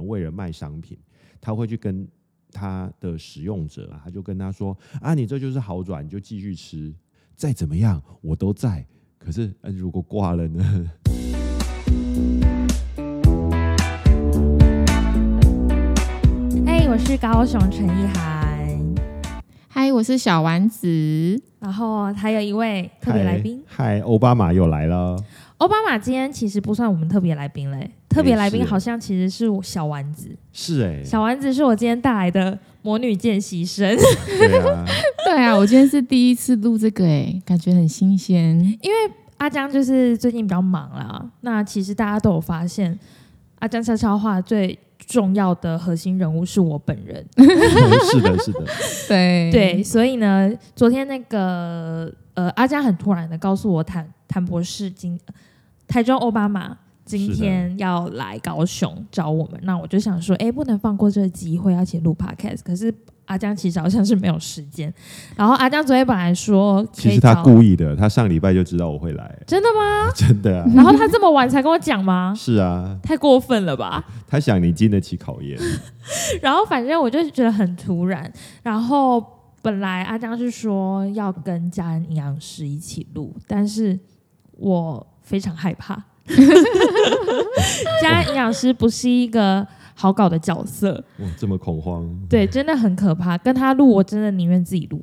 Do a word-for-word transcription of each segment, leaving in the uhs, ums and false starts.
能为了卖商品，他会去跟他的使用者，他就跟他说啊，你这就是好转，你就继续吃，再怎么样我都在。可是、呃、如果挂了呢？ 嘿，我是高雄陈意涵。 嗨，我是小丸子。 然后还有一位特别来宾， 嗨，奥巴马又来了。 奥巴马今天其实不算我们特别来宾嘞，特别来宾好像其实是我小丸子。 是哎、欸， 小丸子是我今天带来的魔女见习生。 对啊， 对啊，我今天是第一次录这个哎、欸，感觉很新鲜。 因为阿江就是最近比较忙啦，那其实大家都有发现，阿江悄悄话最重要的核心人物是我本人。 是的，是的， 对对，所以呢，昨天那个呃，阿江很突然的告诉我谭谭博士今台中奥巴马今天要来高雄找我们，那我就想说，哎，不能放过这个机会，要一起录 podcast。可是阿江其实好像是没有时间，然后阿江昨天本来说可以， 其实他故意的，他上礼拜就知道我会来。 真的吗？ 真的啊。 然后他这么晚才跟我讲吗？ 是啊， 太过分了吧？ 他想你经得起考验。 然后反正我就觉得很突然，然后本来阿江是说要跟家人营养师一起录，但是我非常害怕。家人营养师不是一个好搞的角色。 哇，这么恐慌。 对，真的很可怕。跟他录我真的宁愿自己录。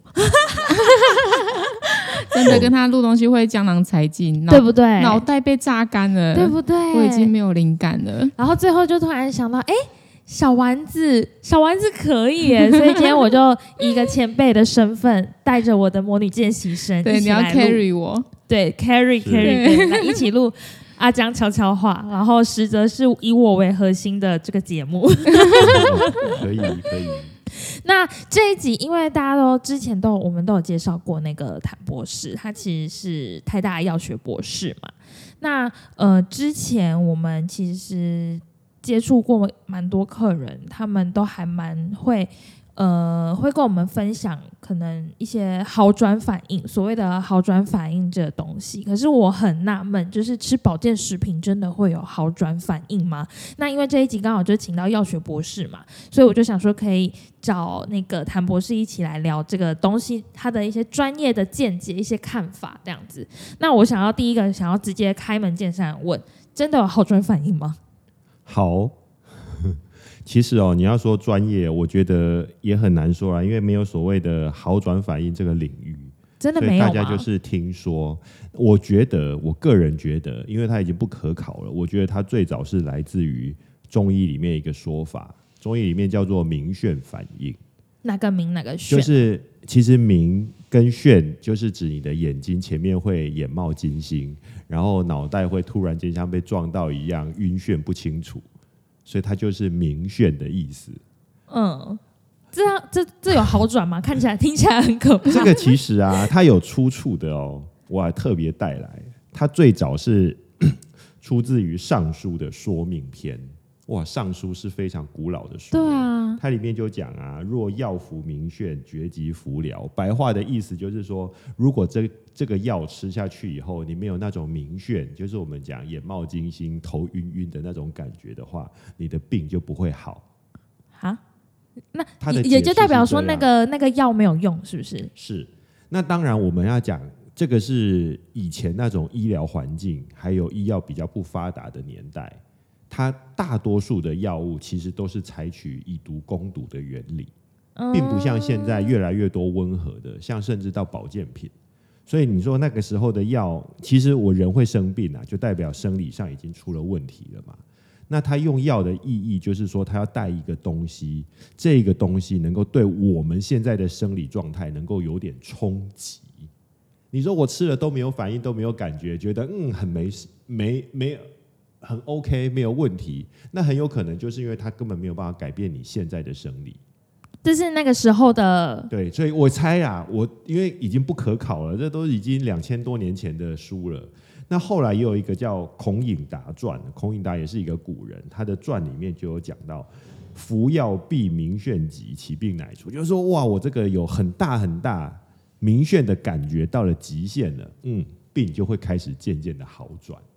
真的跟他录东西会江郎才尽， 对不对？ 脑袋被榨干了， 对不对？ 我已经没有灵感了。 然后最后就突然想到，哎，小丸子，小丸子可以耶！所以今天我就以一个前辈的身份，带着我的魔女见习生， 对，你要 carry 我， 对 ，carry carry， 来一起录阿江悄悄话，然后实则是以我为核心的这个节目。 可以，可以。 那这一集，因为大家都之前都我们都有介绍过那个谭博士，他其实是台大药学博士嘛。那呃，之前我们其实接触过蛮多客人，他们都还蛮会。呃，会跟我们分享可能一些好转反应，所谓的好转反应这个东西。可是我很纳闷，就是吃保健食品真的会有好转反应吗？那因为这一集刚好就请到药学博士嘛，所以我就想说可以找那个谭博士一起来聊这个东西，他的一些专业的见解、一些看法这样子。那我想要第一个想要直接开门见山问，真的有好转反应吗？ 好。其实哦，你要说专业，我觉得也很难说啦，因为没有所谓的好转反应这个领域， 真的没有吗？ 所以大家就是听说。我觉得，我个人觉得，因为它已经不可考了，我觉得它最早是来自于中医里面一个说法，中医里面叫做明眩反应。 哪个明哪个眩？ 就是其实明跟眩就是指你的眼睛前面会眼冒金星，然后脑袋会突然间像被撞到一样晕眩不清楚。所以它就是明眩的意思。 嗯，这样这这有好转吗？看起来听起来很可怕。 这个其实啊，它有出处的哦，我还特别带来。它最早是出自于《尚书》的说命篇。哇，《尚书》是非常古老的书。 对啊， 它里面就讲啊，若药服明眩，绝疾服疗。白话的意思就是说，如果这这个药吃下去以后，你没有那种明眩，就是我们讲眼冒金星、头晕晕的那种感觉的话，你的病就不会好。 啊？那它的也就代表说那个那个药没有用，是不是？ 是。那当然，我们要讲这个是以前那种医疗环境还有医药比较不发达的年代。它大多数的药物其实都是采取以毒攻毒的原理，并不像现在越来越多温和的，像甚至到保健品。所以你说那个时候的药，其实我人会生病啊，就代表生理上已经出了问题了嘛。那他用药的意义就是说，他要带一个东西，这个东西能够对我们现在的生理状态能够有点冲击。你说我吃了都没有反应，都没有感觉，觉得嗯很没没没有。很 OK 没有问题，那很有可能就是因为它根本没有办法改变你现在的生理。 这是那个时候的。 对，所以我猜啊，我因为已经不可考了，这都已经两千多年前的书了。那后来也有一个叫孔颖达传，孔颖达也是一个古人，他的传里面就有讲到，服药必明眩疾，其病乃除。就是说，哇，我这个有很大很大明眩的感觉到了极限了，嗯，病就会开始渐渐的好转。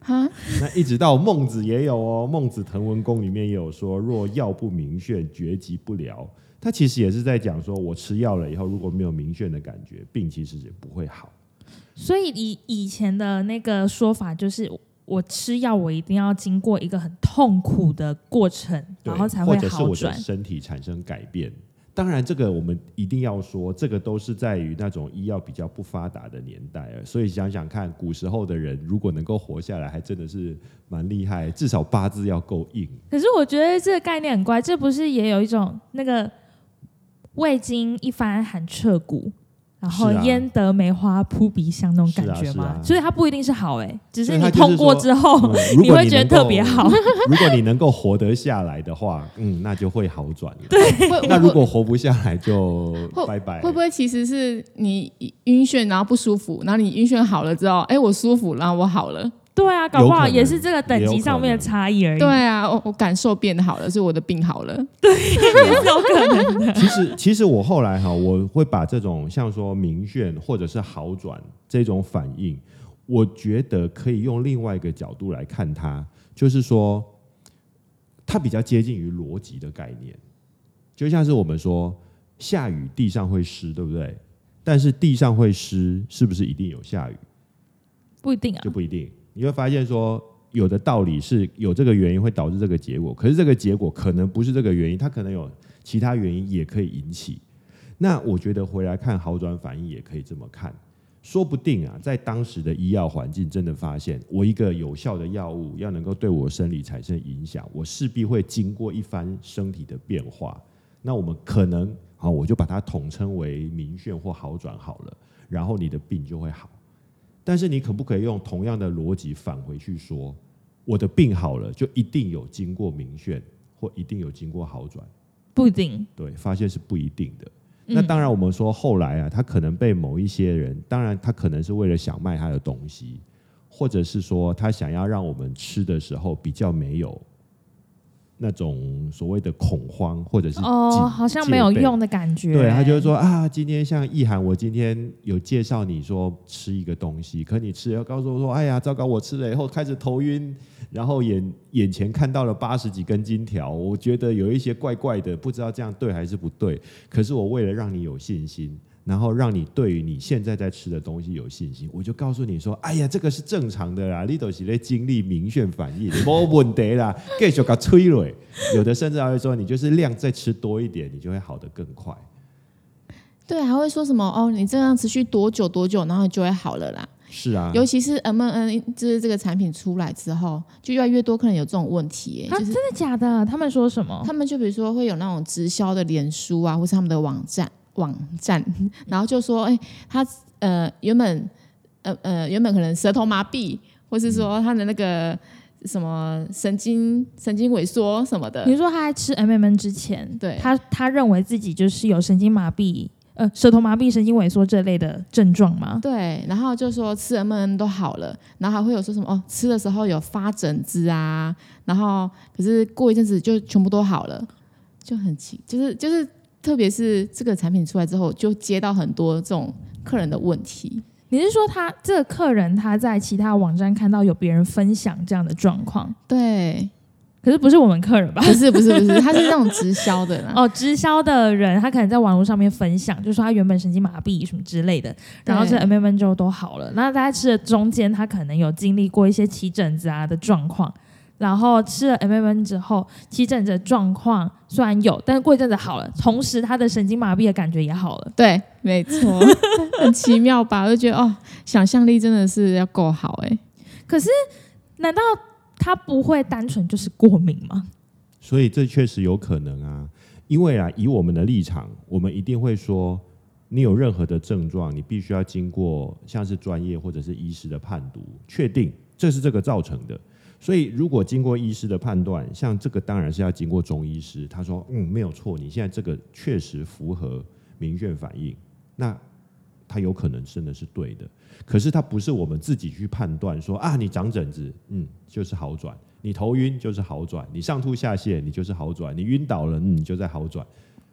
哈， 那一直到孟子也有哦，孟子滕文公里面也有说，若药不明眩，绝疾不疗。他其实也是在讲说，我吃药了以后，如果没有明眩的感觉，病其实也不会好。 所以以以前的那个说法就是，我吃药我一定要经过一个很痛苦的过程，然后才会好转， 或者是我的身体产生改变。当然，这个我们一定要说，这个都是在于那种医药比较不发达的年代，所以想想看，古时候的人如果能够活下来，还真的是蛮厉害，至少八字要够硬。 可是我觉得这个概念很怪，这不是也有一种那个未经一番寒彻骨，然后焉得梅花扑鼻香那种感觉吗？ 是啊是啊、 所以它不一定是好哎、欸，只是你痛过之后， 嗯、 你会觉得特别好。 如果你能够活得下来的话，嗯，那就会好转了。 对， 那如果活不下来就拜拜。 会不会其实是你晕眩，然后不舒服，然后你晕眩好了之后，哎，我舒服，然后我好了。 对啊，搞不好也是这个等级上面的差异而已。 对啊，我, 我感受变好了，是我的病好了。 对，也是有可能的。 其实，其实我后来哈，我会把这种像说明眩或者是好转这种反应，我觉得可以用另外一个角度来看它，就是说，它比较接近于逻辑的概念，就像是我们说下雨地上会湿，对不对？但是地上会湿，是不是一定有下雨？ 不一定啊， 就不一定。你会发现说，有的道理是有这个原因会导致这个结果，可是这个结果可能不是这个原因，它可能有其他原因也可以引起。那我觉得回来看好转反应也可以这么看，说不定啊，在当时的医药环境真的发现，我一个有效的药物要能够对我生理产生影响，我势必会经过一番身体的变化。那我们可能好，我就把它统称为明眩或好转好了，然后你的病就会好。但是你可不可以用同样的逻辑返回去说，我的病好了就一定有经过明眩，或一定有经过好转？ 不一定。 对，发现是不一定的。那当然，我们说后来啊，他可能被某一些人，当然他可能是为了想卖他的东西，或者是说他想要让我们吃的时候比较没有那种所谓的恐慌，或者是哦，好像没有用的感觉。 对，他就会说啊，今天像意涵，我今天有介绍你说吃一个东西，可你吃了告诉我说，哎呀，糟糕，我吃了以后开始头晕，然后眼眼前看到了八十几根金条，我觉得有一些怪怪的，不知道这样对还是不对。可是我为了让你有信心，然后让你对于你现在在吃的东西有信心，我就告诉你说，哎呀，这个是正常的啦，你都是在经历明眩反应，没问题啦，继续给它吹了。有的甚至还会说，你就是量再吃多一点，你就会好得更快。 对，还会说什么哦，你这样持续多久多久，然后就会好了啦。 是啊， 尤其是 M N N 就是这个产品出来之后，就越来越多客人有这种问题耶、 啊就是、 真的假的？他们说什么？ 他们就比如说会有那种直销的脸书啊，或是他们的网站网站，然后就说，哎、欸，他呃原本呃呃原本可能舌头麻痹，或是说他的那个什么神经神经萎缩什么的。 你说他在吃 M M N 之前， 对， 他他认为自己就是有神经麻痹。呃，舌头麻痹、神经萎缩这类的症状吗？ 对，然后就说吃 M M N 都好了，然后还会有说什么哦，吃的时候有发疹子啊，然后可是过一阵子就全部都好了，就很奇，就是就是特别是这个产品出来之后，就接到很多这种客人的问题。 你是说他这个客人他在其他网站看到有别人分享这样的状况？ 对。 可是不是我们客人吧？ 不是不是不是，他是那种直销的啦。 哦，直销的人他可能在网络上面分享，就说他原本神经麻痹什么之类的，然后这 M M N 之后都好了。那在吃的中间，他可能有经历过一些起疹子啊的状况，然后吃了 M M N 之后，起疹子的状况虽然有，但是过一阵子好了，同时他的神经麻痹的感觉也好了。 对，没错，很奇妙吧？我就觉得哦，想象力真的是要够好哎、欸。 可是难道它不会单纯就是过敏吗？ 所以这确实有可能啊，因为啊，以我们的立场，我们一定会说，你有任何的症状，你必须要经过像是专业或者是医师的判读，确定这是这个造成的。所以如果经过医师的判断，像这个当然是要经过中医师，他说嗯没有错，你现在这个确实符合明眩反应，那它有可能真的是对的。可是它不是我们自己去判断说啊，你长疹子，嗯，就是好转；你头晕就是好转；你上吐下泻，你就是好转；你晕倒了，嗯，你就在好转。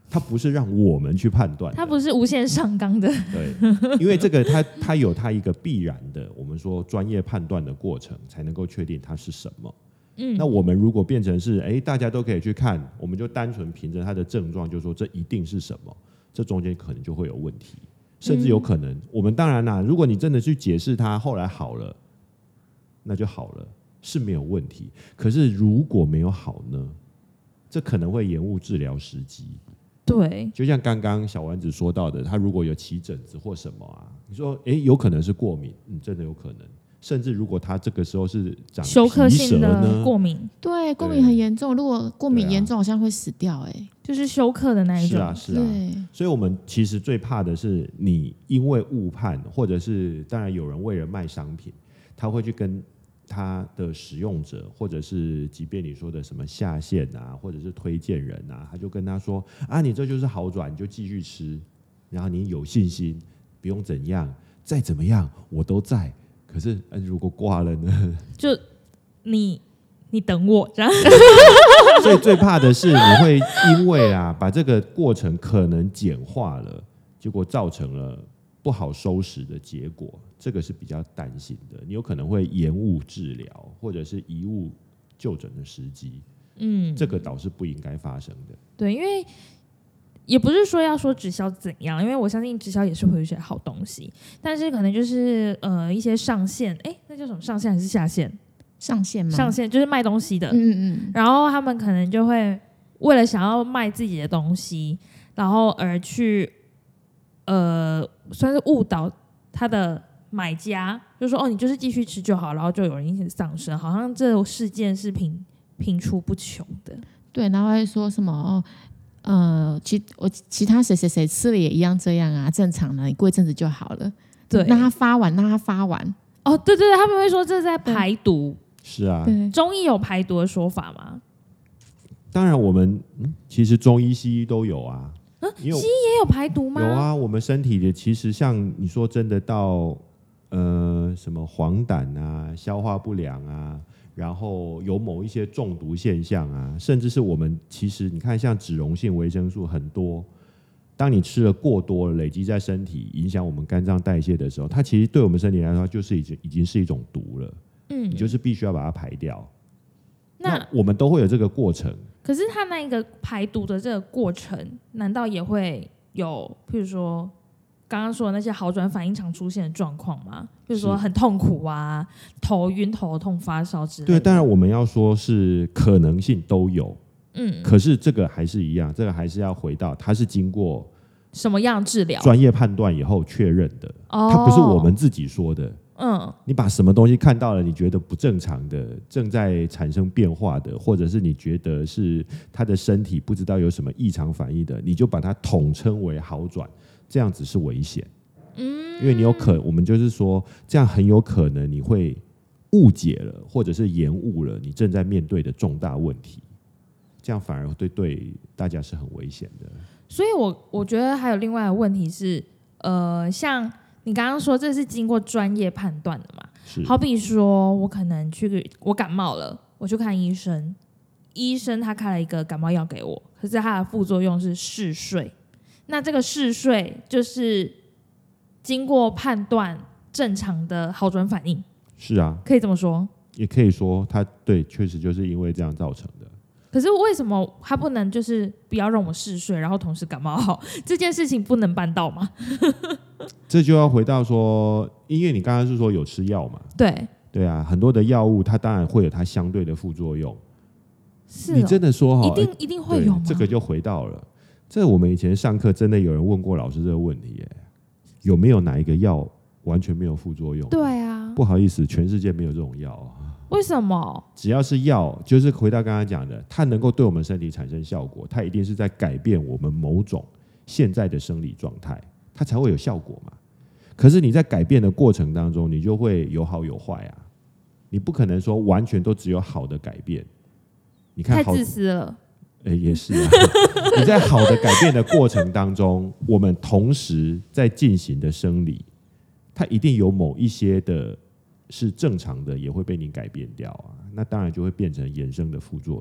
它不是让我们去判断的， 它不是无限上纲的。 对，因为这个它它有它一个必然的，我们说专业判断的过程，才能够确定它是什么。嗯，那我们如果变成是哎大家都可以去看，我们就单纯凭着它的症状就说这一定是什么，这中间可能就会有问题，甚至有可能、嗯、我们当然啦，如果你真的去解释它，后来好了，那就好了，是没有问题。可是如果没有好呢，这可能会延误治疗时机。 对， 就像刚刚小丸子说到的，他如果有起疹子或什么啊，你说哎有可能是过敏，嗯，真的有可能。甚至如果他这个时候是长休克性的过敏， 对，过敏很严重。如果过敏严重，好像会死掉、欸，哎、啊， 就是休克的那一种。 是啊，是啊。所以我们其实最怕的是你因为误判，或者是当然有人为了卖商品，他会去跟他的使用者，或者是即便你说的什么下线啊，或者是推荐人啊，他就跟他说啊，你这就是好转，你就继续吃，然后你有信心，不用怎样，再怎么样我都在。可是，如果挂了呢？ 就你你等我这样。 所以最怕的是你会因为啊，把这个过程可能简化了，结果造成了不好收拾的结果，这个是比较担心的。你有可能会延误治疗，或者是贻误就诊的时机。嗯，这个倒是不应该发生的。 对，因为。也不是说要说直销怎样，因为我相信直销也是会有一些好东西，但是可能就是呃一些上线，哎，那叫什么上线还是下线？ 上线吗？ 上线就是卖东西的， 嗯嗯， 然后他们可能就会为了想要卖自己的东西，然后而去呃算是误导他的买家，就说哦你就是继续吃就好，然后就有人一直上升，好像这事件是频频出不穷的。 对，然后会说什么哦。呃，其我其他谁谁谁吃了也一样这样啊，正常的，你过一阵子就好了。 对， 让他发完，让他发完。 哦，对对对，他们会说这是在排毒。 是啊， 中医有排毒的说法吗？ 当然，我们、嗯、其实中医、西医都有啊。 啊，西医也有排毒吗？ 有啊，我们身体的其实像你说真的到呃什么黄疸啊、消化不良啊。然后有某一些中毒现象啊，甚至是我们其实你看像脂溶性维生素很多，当你吃了过多了，累积在身体，影响我们肝脏代谢的时候，它其实对我们身体来说就是已经已经是一种毒了。嗯，你就是必须要把它排掉。那, 那我们都会有这个过程。 可是它那个排毒的这个过程，难道也会有，譬如说？刚刚说的那些好转反应常出现的状况吗？比如说很痛苦啊、头晕、头痛、发烧之类的。 对，当然我们要说是可能性都有，嗯，可是这个还是一样，这个还是要回到它是经过什么样治疗、 专业判断以后确认的，哦、它不是我们自己说的。嗯，你把什么东西看到了，你觉得不正常的，正在产生变化的，或者是你觉得是他的身体不知道有什么异常反应的，你就把它统称为好转。这样子是危险，嗯，因为你有可，我们就是说，这样很有可能你会误解了，或者是延误了你正在面对的重大问题，这样反而对对大家是很危险的。 所以我我觉得还有另外的问题是，呃，像你刚刚说这是经过专业判断的嘛？ 是， 好比说我可能去我感冒了，我去看医生，医生他开了一个感冒药给我，可是它的副作用是嗜睡。那这个嗜睡就是经过判断正常的好转反应， 是啊， 可以这么说， 也可以说它对，确实就是因为这样造成的。 可是为什么他不能就是不要让我嗜睡，然后同时感冒好？这件事情不能办到吗？ 这就要回到说，因为你刚刚是说有吃药嘛， 对对啊，很多的药物它当然会有它相对的副作用。 是、哦， 你真的说哈， 一定一定会有吗？ 这个就回到了。这我们以前上课真的有人问过老师这个问题耶，有没有哪一个药完全没有副作用？ 对啊， 不好意思，全世界没有这种药。 为什么？ 只要是药，就是回到刚刚讲的，它能够对我们身体产生效果，它一定是在改变我们某种现在的生理状态，它才会有效果嘛。可是你在改变的过程当中，你就会有好有坏啊，你不可能说完全都只有好的改变。你看好， 太自私了。 欸、也是啊，你在好的改变的过程当中，我们同时在进行的生理，它一定有某一些的是正常的，也会被你改变掉啊。那当然就会变成衍生的副作用。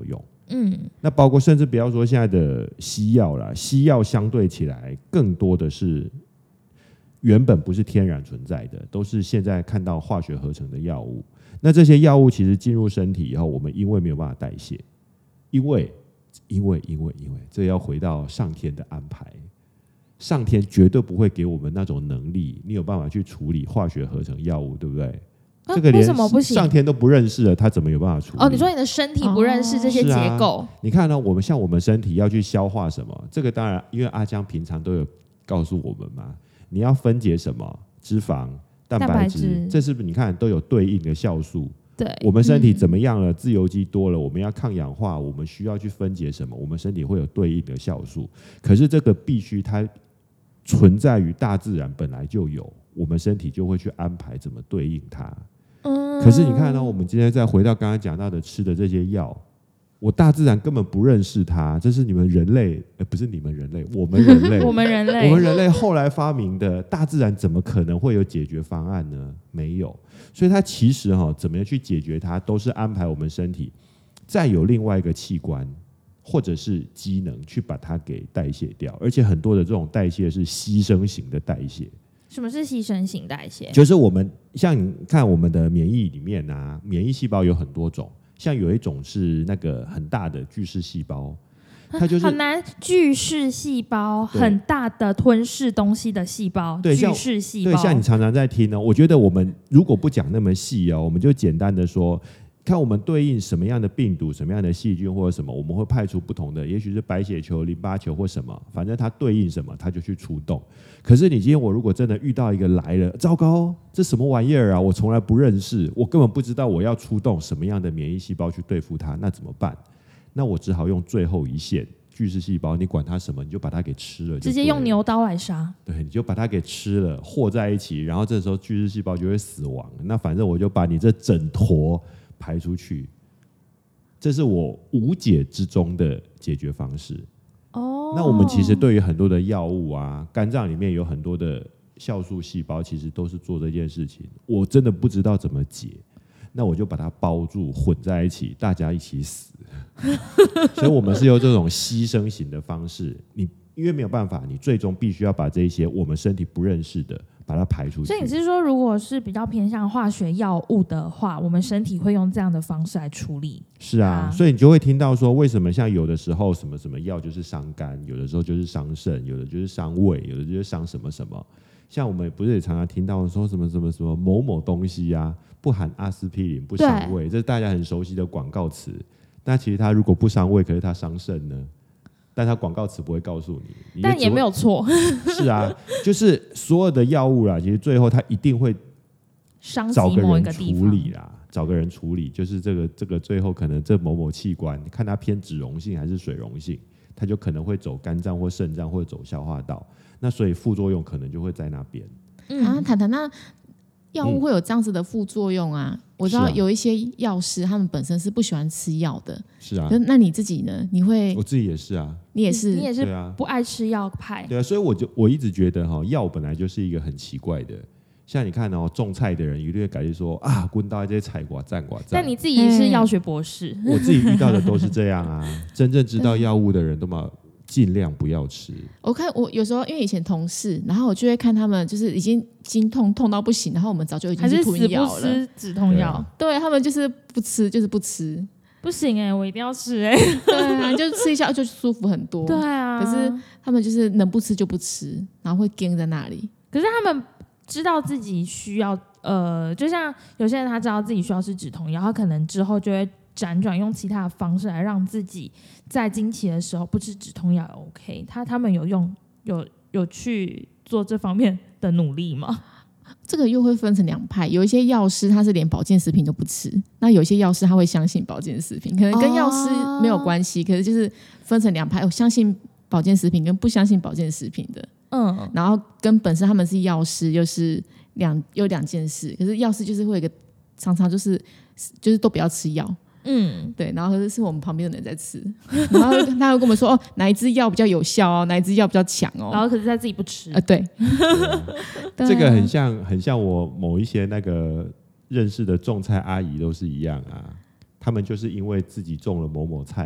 嗯， 那包括甚至不要说现在的西药啦，西药相对起来更多的是原本不是天然存在的，都是现在看到化学合成的药物。那这些药物其实进入身体以后，我们因为没有办法代谢，因为因为因为因为这要回到上天的安排，上天绝对不会给我们那种能力，你有办法去处理化学合成药物，对不对？ 啊、 这个连为什么不行？ 上天都不认识了，他怎么有办法处理？ 哦，你说你的身体不认识这些结构？ 啊、你看呢、我们像我们身体要去消化什么，这个当然，因为阿江平常都有告诉我们嘛，你要分解什么脂肪、蛋白质， 蛋白质这是不是你看都有对应的酵素？ 对， 我们身体怎么样了？嗯、自由基多了，我们要抗氧化，我们需要去分解什么？我们身体会有对应的酵素，可是这个必须它存在于大自然本来就有，我们身体就会去安排怎么对应它。 嗯， 可是你看呢、我们今天再回到刚刚讲到的吃的这些药，我大自然根本不认识它，这是你们人类，呃，不是你们人类，我们人类， 我们人类， 我们人类后来发明的，大自然怎么可能会有解决方案呢？没有，所以它其实哈、哦，怎么样去解决它，都是安排我们身体再有另外一个器官或者是机能去把它给代谢掉，而且很多的这种代谢是牺牲型的代谢。 什么是牺牲型代谢？ 就是我们像你看我们的免疫里面啊，免疫细胞有很多种，像有一种是那个很大的巨噬细胞，它就是很难，巨噬细胞很大的吞噬东西的细胞， 对， 巨噬细胞。 对，像你常常在听呢、哦，我觉得我们如果不讲那么细哦，我们就简单的说，看我们对应什么样的病毒、什么样的细菌或者什么，我们会派出不同的，也许是白血球、淋巴球或什么，反正它对应什么，它就去出动。可是你今天我如果真的遇到一个来了，糟糕，这什么玩意儿啊？我从来不认识，我根本不知道我要出动什么样的免疫细胞去对付它，那怎么办？那我只好用最后一线巨噬细胞，你管它什么，你就把它给吃了， 直接用牛刀来杀。 对，你就把它给吃了，和在一起，然后这时候巨噬细胞就会死亡。那反正我就把你这整坨排出去，这是我无解之中的解决方式。哦，那我们其实对于很多的药物啊，肝脏里面有很多的酵素细胞，其实都是做这件事情。我真的不知道怎么解，那我就把它包住，混在一起，大家一起死。所以我们是用这种牺牲型的方式，你因为没有办法，你最终必须要把这些我们身体不认识的把它排出去。 所以你是说，如果是比较偏向化学药物的话，我们身体会用这样的方式来处理？ 是啊，啊所以你就会听到说，为什么像有的时候什么什么药就是伤肝，有的时候就是伤肾，有的就是伤胃，有的就是伤什么什么。像我们不是也常常听到说什么什么什么某某东西啊，不含阿司匹林，不伤胃，这是大家很熟悉的广告词。但其实它如果不伤胃，可是它伤肾呢？但它广告词不会告诉你，你但也没有错。 是啊，就是所有的药物啦，其实最后它一定会找个人处理啦，找个人处理，就是这个这个最后可能这某某器官，看它偏脂溶性还是水溶性，它就可能会走肝脏或肾脏或者走消化道，那所以副作用可能就会在那边。 嗯、啊，谈谈那药物会有这样子的副作用啊？嗯、我知道有一些药师他们本身是不喜欢吃药的， 是啊。 那你自己呢？你会？ 我自己也是啊。 你也是， 你也是不爱吃药派。 对啊，所以我就我一直觉得哈、哦，药本来就是一个很奇怪的。像你看哦，种菜的人一定会感觉说啊，滚到这些菜瓜赞瓜赞。 但你自己是药学博士， 我自己遇到的都是这样啊。真正知道药物的人都嘛。尽量不要吃。 我看我有时候因为以前同事，然后我就会看他们就是已经经痛痛到不行，然后我们早就已经是吞药了， 还是死不吃止痛药。 对他们就是不吃，就是不吃， 不行哎、欸，我一定要吃哎、欸。 对啊，就吃一下就舒服很多。 对啊， 可是他们就是能不吃就不吃，然后会盯在那里。 可是他们知道自己需要，呃，就像有些人他知道自己需要吃止痛药，他可能之后就会辗转用其他的方式来让自己在经期的时候不吃止痛药 OK。 他他们有用有有去做这方面的努力吗？ 这个又会分成两派，有一些药师他是连保健食品都不吃，那有一些药师他会相信保健食品，可能跟药师没有关系、哦、可是就是分成两派，我相信保健食品跟不相信保健食品的。嗯，然后跟本身他们是药师又是两有两件事，可是药师就是会有一个常常就是就是都不要吃药。嗯，对，然后是我们旁边的人在吃，然后他会跟我们说哦，哪一支药比较有效哦，哪一支药比较强哦， 然后可是他自己不吃啊、呃，对， 对这个很像很像我某一些那个认识的种菜阿姨都是一样啊，他们就是因为自己种了某某菜，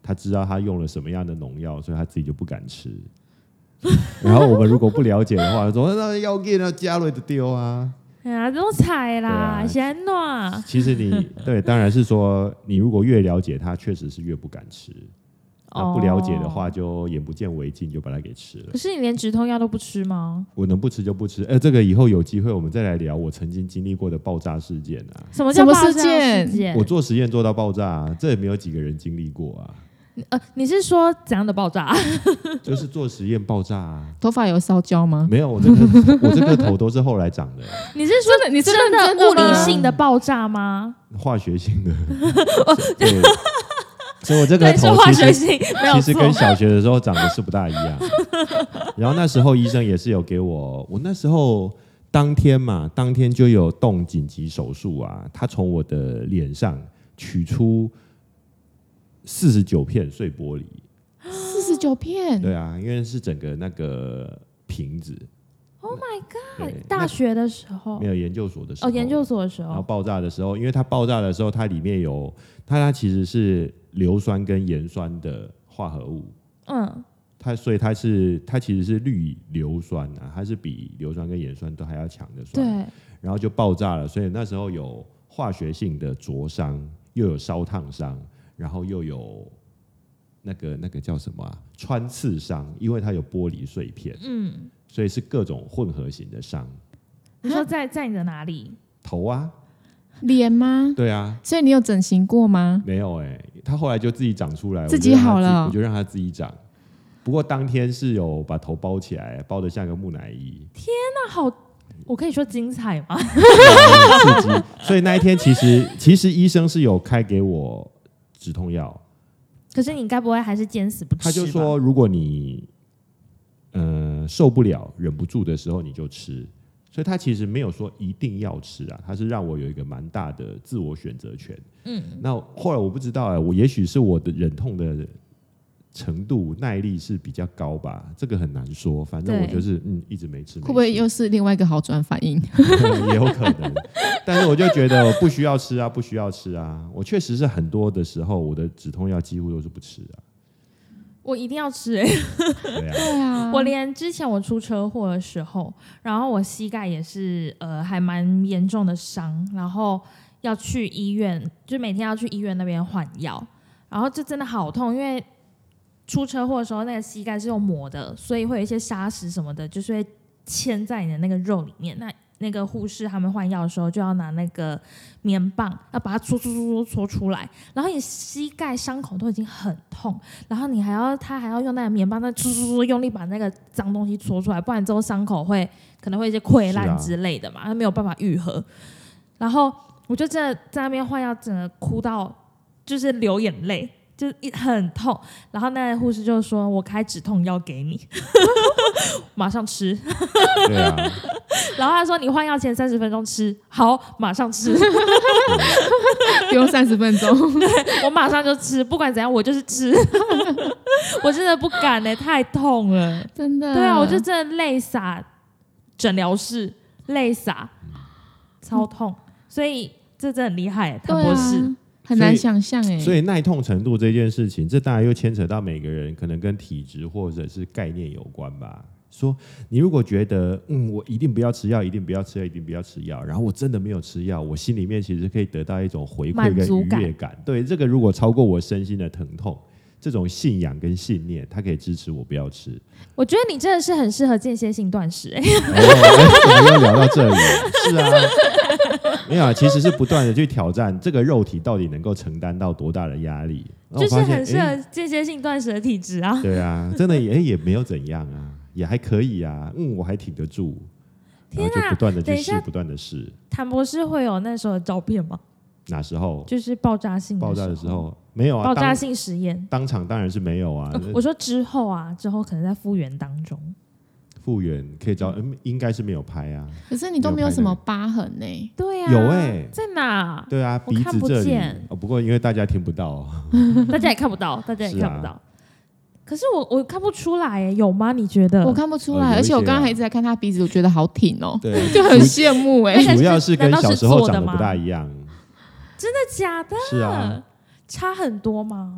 他知道他用了什么样的农药，所以他自己就不敢吃。然后我们如果不了解的话，说那要给那加了就丢啊。 哎呀，这种菜啦，先暖。 其实你对，当然是说你如果越了解它，确实是越不敢吃。那不了解的话，就眼不见为净，就把它给吃了。 可是你连止痛药都不吃吗？ 我能不吃就不吃。哎，这个以后有机会我们再来聊我曾经经历过的爆炸事件啊。 什么叫爆炸事件？ 我做实验做到爆炸啊，这也没有几个人经历过啊。 呃，你是说怎样的爆炸？ 就是做实验爆炸啊。 头发有烧焦吗？ 没有，我这颗我这颗头都是后来长的。 你是说真的？你是真的真的物理性的爆炸吗？ 化学性的。对。所以我这个头化学性其实跟小学的时候长得是不大一样。然后那时候医生也是有给我，我那时候当天嘛，当天就有动紧急手术啊，他从我的脸上取出四十九片碎玻璃。 四十九片？ 对啊，因为是整个那个瓶子。 Oh my god！ 大学的时候没有，研究所的时候。 哦，研究所的时候。 然后爆炸的时候，因为它爆炸的时候，它里面有它，它其实是硫酸跟盐酸的化合物。嗯。它所以它是它其实是氯硫酸啊，它是比硫酸跟盐酸都还要强的酸。 对。 然后就爆炸了，所以那时候有化学性的灼伤，又有烧烫伤，然后又有那个那个叫什么啊？穿刺伤，因为它有玻璃碎片。嗯。所以是各种混合型的伤。 你说在在你的哪里？ 头啊， 脸吗？ 对啊。 所以你有整形过吗？ 没有哎、欸，他后来就自己长出来， 自己好了， 我就让他自己长。不过当天是有把头包起来，包得像个木乃伊。 天哪，好，我可以说精彩吗？ 刺激。所以那一天其实其实医生是有开给我止痛药， 可是你该不会还是坚持不吃吧？ 他就说如果你呃，受不了、忍不住的时候你就吃，所以他其实没有说一定要吃啊，他是让我有一个蛮大的自我选择权。嗯，那后来我不知道啊，我也许是我的忍痛的程度、耐力是比较高吧，这个很难说。反正我就是嗯，一直没吃。 会不会又是另外一个好转反应？ 也有可能，但是我就觉得我不需要吃啊，不需要吃啊。我确实是很多的时候，我的止痛药几乎都是不吃啊。 我一定要吃哎、欸！ 对啊， 我连之前我出车祸的时候，然后我膝盖也是呃还蛮严重的伤，然后要去医院，就每天要去医院那边换药，然后就真的好痛，因为出车祸的时候那个膝盖是用磨的，所以会有一些砂石什么的，就是会嵌在你的那个肉里面。那那个护士他们换药的时候就要拿那个棉棒，要把它搓搓搓搓搓出来，然后你膝盖伤口都已经很痛，然后你还要他还要用那个棉棒再搓搓搓用力把那个脏东西搓出来，不然之后伤口会可能会一些溃烂之类的嘛，它、啊、没有办法愈合。然后我就真的在那边换药，整个哭到就是流眼泪。就很痛，然后那个护士就说：“我开止痛药给你，马上吃。” 对啊。 然后他说：“你换药前三十分钟吃，好，马上吃。” 不用三十分钟， 对，我马上就吃，不管怎样，我就是吃。我真的不敢哎、欸，太痛了， 真的。 对啊，我就真的泪洒诊疗室，泪洒，超痛。所以这真的很厉害、欸，谭博士。 很难想象哎， 所以耐痛程度这件事情，这当然又牵扯到每个人可能跟体质或者是概念有关吧。说你如果觉得嗯，我一定不要吃药，一定不要吃药，一定不要吃药，然后我真的没有吃药，我心里面其实可以得到一种回馈跟愉悦感。对，这个如果超过我身心的疼痛，这种信仰跟信念，它可以支持我不要吃。 我觉得你真的是很适合间歇性断食哎、 欸。哦，怎么又聊到这里？是啊。没有啊，其实是不断的去挑战这个肉体到底能够承担到多大的压力， 就是很适合间歇性断食的体质啊。 对啊，真的也也没有怎样啊，也还可以啊，嗯，我还挺得住，然后就不断的去试，不断的试。 谭博士会有那时候的照片吗？ 哪时候？ 就是爆炸性的爆炸的时候没有啊， 爆炸性实验当场当然是没有啊。 呃、我说之后啊，之后可能在复原当中。 复原可以照，嗯，应该是没有拍啊。 可是你都没有什么疤痕呢、欸？ 对啊， 有哎、欸， 在哪？ 对啊，鼻子这里。哦，不过因为大家听不到， 大家也看不到，大家也看不到。啊、可是我我看不出来、欸，有吗？你觉得？ 我看不出来， 哦、 而且我刚刚还一直在看他鼻子，我觉得好挺哦、喔， 对， 就很羡慕哎、 欸。主要是跟小时候长得不大一样。 真的假的？ 是啊， 差很多吗？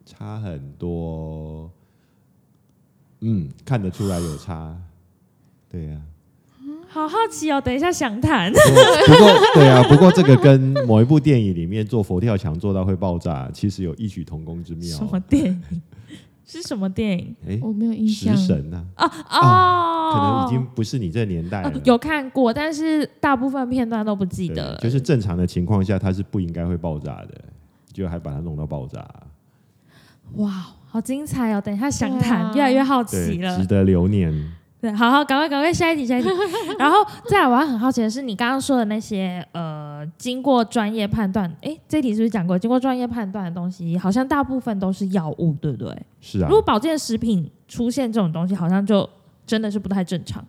差很多，嗯，看得出来有差，对呀、 啊，好好奇哦，等一下详谈。 不过不过对啊，不过这个跟某一部电影里面做佛跳墙做到会爆炸，其实有异曲同工之妙。 什么电影？是什么电影？ 哎， 我没有印食象。 神啊， 哦哦， 可能已经不是你这年代了。 呃有看过，但是大部分片段都不记对得了。 就是正常的情况下，它是不应该会爆炸的，就还把它弄到爆炸， 哇，好精彩哦！等一下详对谈， 啊越来越好对， 奇了值。得留念。 对，好好，赶快赶快下一题下一题。然后再来，我要很好奇的是，你刚刚说的那些呃，经过专业判断，哎，这题是不是讲过？经过专业判断的东西，好像大部分都是药物，对不对？ 是啊如，果保健食品出现这种东西，好像就真的是不太正常。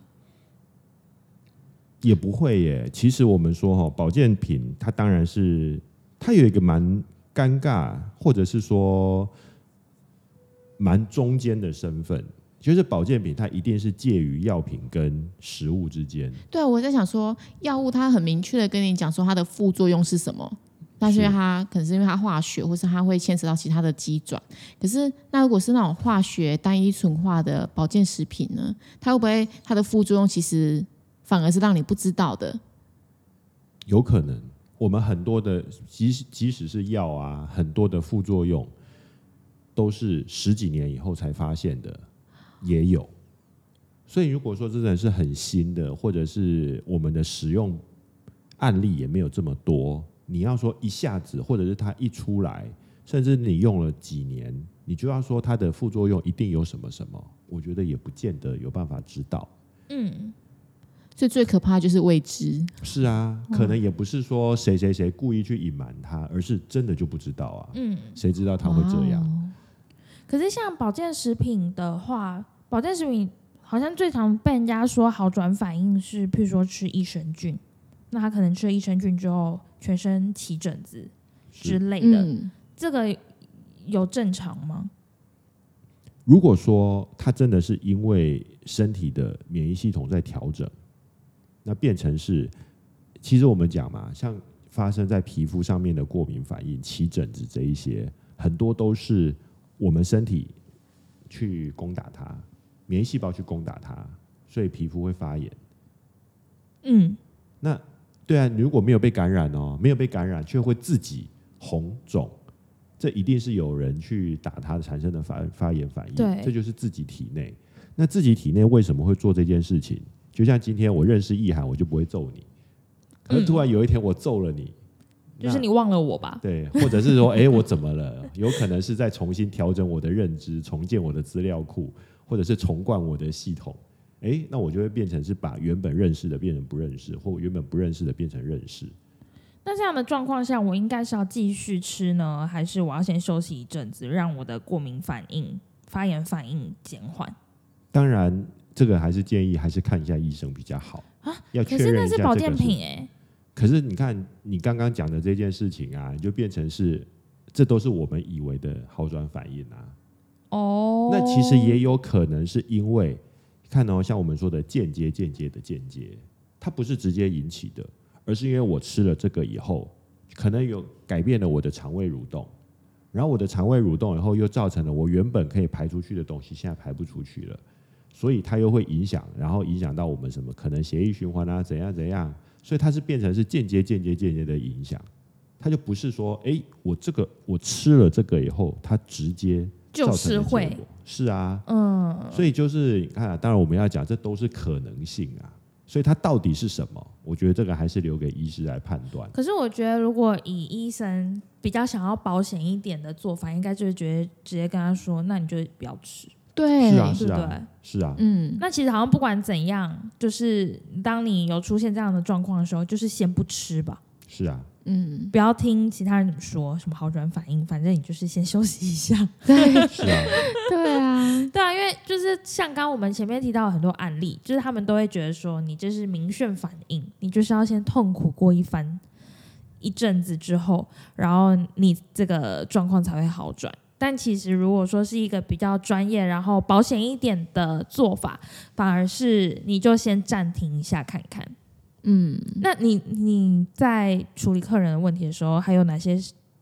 也不会耶。其实我们说哈，保健品它当然是它有一个蛮尴尬，或者是说蛮中间的身份，就是保健品它一定是介于药品跟食物之间。 对，我在想说，药物它很明确的跟你讲说它的副作用是什么，但是因为它可能是因为它化学，或是它会牵扯到其他的机转。可是那如果是那种化学单一纯化的保健食品呢，它会不会它的副作用其实反而是让你不知道的？ 有可能，我们很多的即使即使是药啊，很多的副作用都是十几年以后才发现的，也有。所以如果说真的是很新的，或者是我们的使用案例也没有这么多，你要说一下子，或者是它一出来，甚至你用了几年，你就要说它的副作用一定有什么什么，我觉得也不见得有办法知道。 嗯， 所以最可怕的就是未知。 是啊，可能也不是说谁谁谁故意去隐瞒它，而是真的就不知道啊。嗯，谁知道它会这样？ 哦可是像保健食品的话，保健食品好像最常被人家说好转反应是，譬如说吃益生菌，那他可能吃了益生菌之后，全身起疹子之类的， 嗯， 这个有正常吗？ 如果说它真的是因为身体的免疫系统在调整，那变成是，其实我们讲嘛，像发生在皮肤上面的过敏反应、起疹子这一些，很多都是我们身体去攻打它，免疫细胞去攻打它，所以皮肤会发炎。 嗯， 那对啊，如果没有被感染哦，没有被感染却会自己红肿，这一定是有人去打它产生的发发炎反应， 对这就是自己体内。那自己体内为什么会做这件事情？就像今天我认识意涵，我就不会揍你，可是突然有一天我揍了你， 就是你忘了我吧？ 对，或者是说，哎，我怎么了？有可能是在重新调整我的认知，重建我的资料库，或者是重灌我的系统。哎，那我就会变成是把原本认识的变成不认识，或原本不认识的变成认识。 那这样的状况下，我应该是要继续吃呢，还是我要先休息一阵子，让我的过敏反应、发炎反应减缓？ 当然，这个还是建议还是看一下医生比较好啊。要确可是认一下那是保健这个是品哎、欸， 可是你看，你刚刚讲的这件事情啊，你就变成是，这都是我们以为的好转反应啊。 哦， 那其实也有可能是因为，看哦，像我们说的间接、间接的间接，它不是直接引起的，而是因为我吃了这个以后，可能有改变了我的肠胃蠕动，然后我的肠胃蠕动以后，又造成了我原本可以排出去的东西，现在排不出去了，所以它又会影响，然后影响到我们什么，可能血液循环啊，怎样怎样。所以它是变成是间接、间接、间接的影响，它就不是说，哎，我这个我吃了这个以后，它直接造成的就是会结果是啊， 嗯， 所以就是你看、啊，当然我们要讲，这都是可能性啊。所以它到底是什么？我觉得这个还是留给医师来判断。 可是我觉得，如果以医生比较想要保险一点的做法，应该就是觉得直接跟他说，那你就不要吃。 对， 是啊， 对不对是啊，是啊， 嗯， 那其实好像不管怎样，就是当你有出现这样的状况的时候，就是先不吃吧， 是啊， 嗯， 不要听其他人怎么说，什么好转反应，反正你就是先休息一下。 是啊， 对啊， 对啊，因为就是像刚刚我们前面提到的很多案例，就是他们都会觉得说，你这是明眩反应，你就是要先痛苦过一番一阵子之后，然后你这个状况才会好转。但其实如果说是一个比较专业，然后保险一点的做法，反而是你就先暂停一下看看。 嗯， 那你你在处理客人的问题的时候，还有哪些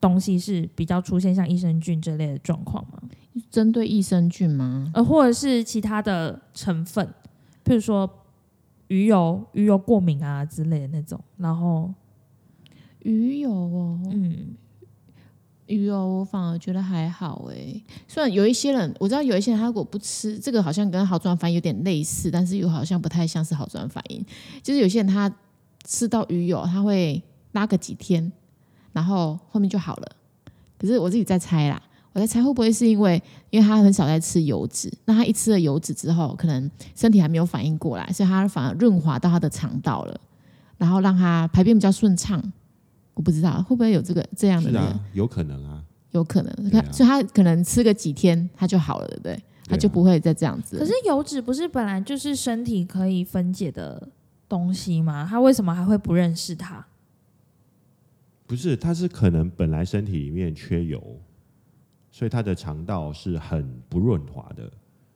东西是比较出现像益生菌这类的状况吗？ 针对益生菌吗？ 呃，或者是其他的成分，譬如说鱼油、鱼油过敏啊之类的那种。然后鱼油哦， 嗯， 鱼油我反而觉得还好哎。虽然有一些人，我知道有一些人他如果不吃这个，好像跟好转反应有点类似，但是又好像不太像是好转反应。就是有些人他吃到鱼油，他会拉个几天，然后后面就好了。可是我自己在猜啦。我在猜会不会是因为，因为他很少在吃油脂，那他一吃了油脂之后，可能身体还没有反应过来，所以他反而润滑到他的肠道了，然后让他排便比较顺畅。我不知道会不会有这个这样的、那個， 是啊，有可能啊， 有可能， 啊、 所以他可能吃个几天他就好了，对不对？他就不会再这样子、啊。 可是油脂不是本来就是身体可以分解的东西吗？他为什么还会不认识它？ 不是，它是可能本来身体里面缺油。所以他的肠道是很不润滑的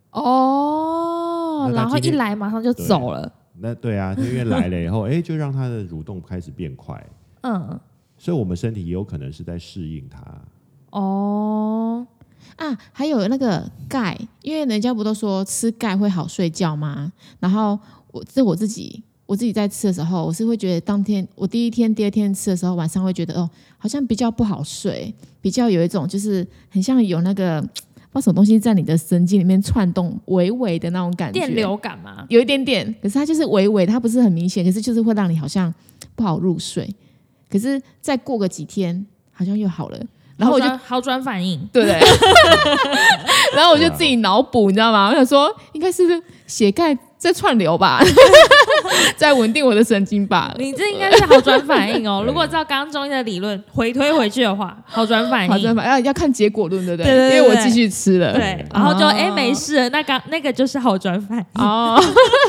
哦，然后一来马上就走了。 那对啊，因为来了以后，哎，就让它的蠕动开始变快。嗯，所以我们身体也有可能是在适应它。 哦，啊，还有那个钙，因为人家不都说吃钙会好睡觉吗？然后我这我自己。我自己在吃的时候，我是会觉得当天我第一天、第二天吃的时候，晚上会觉得哦，好像比较不好睡，比较有一种就是很像有那个不知道什么东西在你的神经里面窜动，微微的那种感觉， 电流感吗？ 有一点点，可是它就是微微，它不是很明显，可是就是会让你好像不好入睡。可是再过个几天，好像又好了，然后我就好转反应， 对不对？然后我就自己脑补，你知道吗？我想说，应该是血钙在串流吧，在稳定我的神经吧。 你这应该是好转反应哦。如果照刚刚中医的理论回推回去的话，好转反应， 好转反应要要看结果论，对不对？ 对对对对， 因为我继续吃了， 对，然后就哎、哦、没事了，那刚那个就是好转反应哦。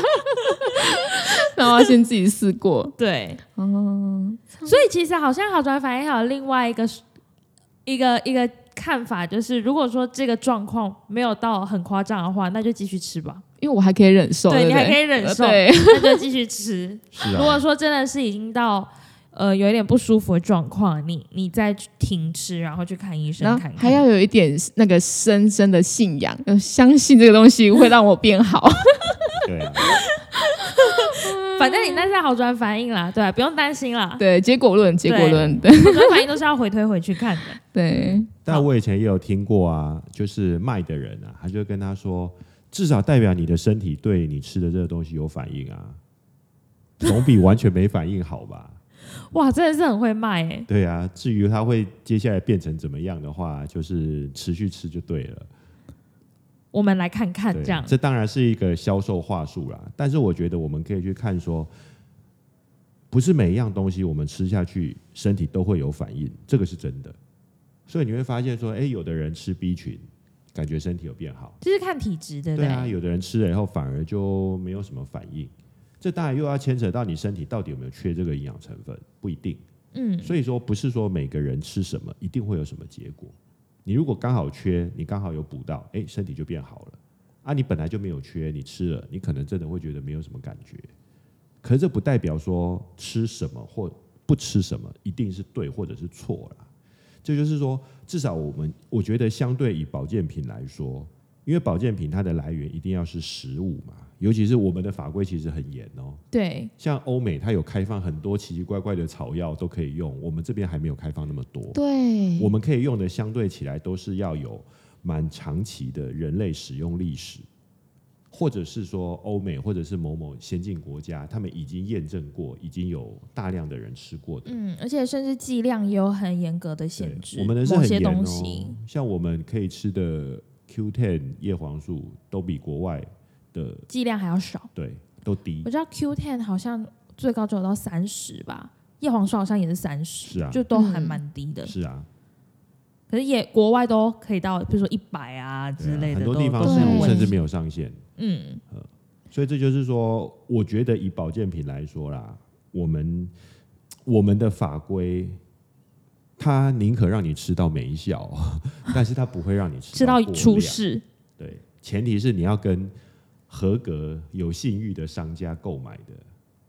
然后要先自己试过， 对，哦。所以其实好像好转反应还有另外一个一个一个看法，就是如果说这个状况没有到很夸张的话，那就继续吃吧。 因为我还可以忍受， 对, 对, 对你还可以忍受，那就继续吃。 是啊， 如果说真的是已经到呃有一点不舒服的状况，你你再停吃，然后去看医生看看。 还要有一点那个深深的信仰，要相信这个东西会让我变好。 对啊， 反正你那是好转反应啦，对、啊，不用担心啦。 对，结果论，结果论， 对，好转反应都是要回推回去看的。 对， 但我以前也有听过啊，就是卖的人啊，他就跟他说。至少代表你的身体对你吃的这个东西有反应啊，总比完全没反应好吧？ 哇，真的是很会卖哎。 对啊，至于它会接下来变成怎么样的话，就是持续吃就对了。 我们来看看这样， 这当然是一个销售话术啦。但是我觉得我们可以去看说，不是每一样东西我们吃下去身体都会有反应，这个是真的。所以你会发现说，哎，有的人吃 B 群。感觉身体有变好， 就是看体质的。对啊，有的人吃了以后反而就没有什么反应，这当然又要牵扯到你身体到底有没有缺这个营养成分，不一定。嗯，所以说不是说每个人吃什么一定会有什么结果。你如果刚好缺，你刚好有补到，哎，身体就变好了。啊，你本来就没有缺，你吃了，你可能真的会觉得没有什么感觉。可是这不代表说吃什么或不吃什么一定是对或者是错啦。这就是说，至少我们我觉得相对以保健品来说，因为保健品它的来源一定要是食物嘛，尤其是我们的法规其实很严哦。 对， 像欧美它有开放很多奇奇怪怪的草药都可以用，我们这边还没有开放那么多。 对， 我们可以用的相对起来都是要有蛮长期的人类使用历史。或者是说欧美或者是某某先进国家，他们已经验证过，已经有大量的人吃过的。 嗯，而且甚至剂量也有很严格的限制。 我们的是很严哦， 像我们可以吃的 Q 十 叶黄素都比国外的剂量还要少， 对，都低。 我知道 Q 十 好像最高就有到三十吧，叶黄素好像也是三十， 是啊， 就都还蛮低的。 嗯、是啊。 可是也国外都可以到，比如说一百啊之类的， 啊、很多地方是甚至没有上限。嗯、呃，所以这就是说，我觉得以保健品来说啦，我们我们的法规，它宁可让你吃到没效，但是它不会让你吃到吃到出事。 对，前提是你要跟合格有信誉的商家购买的。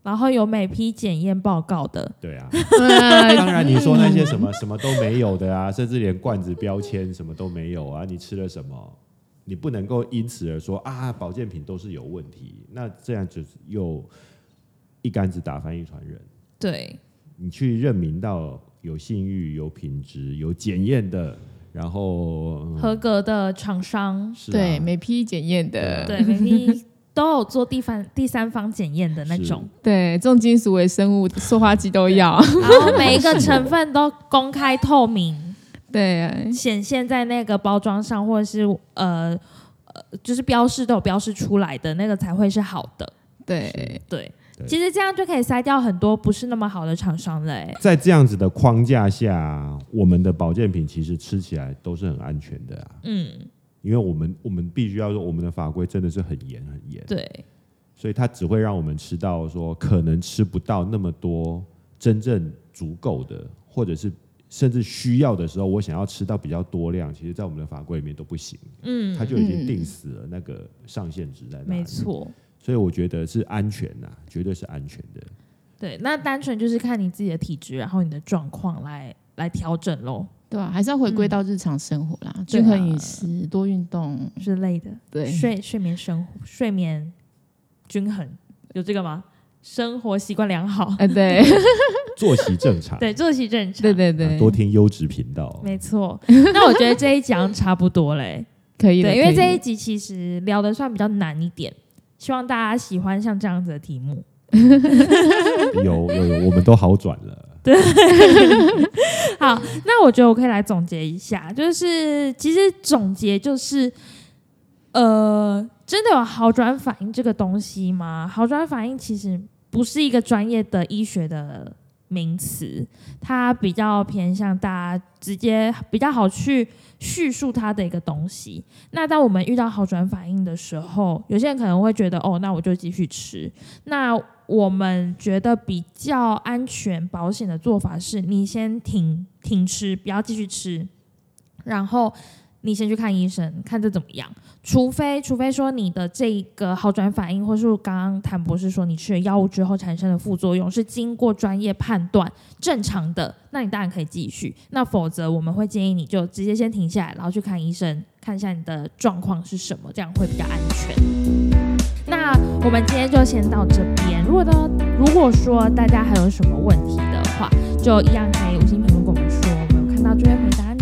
然后有每批检验报告的。 对啊，当然你说那些什么什么都没有的啊，甚至连罐子标签什么都没有啊，你吃了什么，你不能够因此而说啊保健品都是有问题，那这样子又一竿子打翻一船人。 对， 你去认明到有信誉、有品质、有检验的，然后、嗯、 合格的厂商， 是啊、 对，每批检验的， 对，每批都有做第三第三方检验的那种， 对，重金属、微生物、塑化剂都要， 然后每一个成分都公开透明， 对， 显现在那个包装上，或者是呃呃，就是标示都有标示出来的那个才会是好的。 对对。其实这样就可以筛掉很多不是那么好的厂商了、欸。在这样子的框架下，我们的保健品其实吃起来都是很安全的啊。嗯，因为我们我们必须要说，我们的法规真的是很严很严。 对， 所以它只会让我们吃到说可能吃不到那么多真正足够的，或者是甚至需要的时候，我想要吃到比较多量，其实在我们的法规里面都不行。嗯，它就已经定死了那个上限值在那里。 没错。 所以我觉得是安全呐、啊，绝对是安全的。 对，那单纯就是看你自己的体质，然后你的状况来来调整咯。 对啊，还是要回归到日常生活啦，嗯、均衡饮食、多运动之类的。 对， 睡睡眠生活睡眠均衡有这个吗？生活习惯良好， 哎、呃，对， 作息正常， 对，作息正常， 对对对， 啊、多听优质频道， 没错。那我觉得这一讲差不多嘞， 可以的， 对，因为这一集其实聊的算比较难一点。希望大家喜欢像这样子的题目。 有有有，我们都好转了。 对，好，那我觉得我可以来总结一下，就是其实总结就是，呃，真的有好转反应这个东西吗？好转反应其实不是一个专业的医学的名词，它比较偏向大家直接比较好去叙述它的一个东西。那当我们遇到好转反应的时候，有些人可能会觉得哦，那我就继续吃。那我们觉得比较安全保险的做法是，你先停停吃，不要继续吃，然后你先去看医生，看这怎么样。除非除非说你的这个好转反应，或是刚刚谭博士说你吃了药物之后产生的副作用是经过专业判断正常的，那你当然可以继续。那否则我们会建议你就直接先停下来，然后去看医生，看一下你的状况是什么，这样会比较安全。那我们今天就先到这边。如果呢，如果说大家还有什么问题的话，就一样可以五星评论跟我们说，我们有看到就会回答。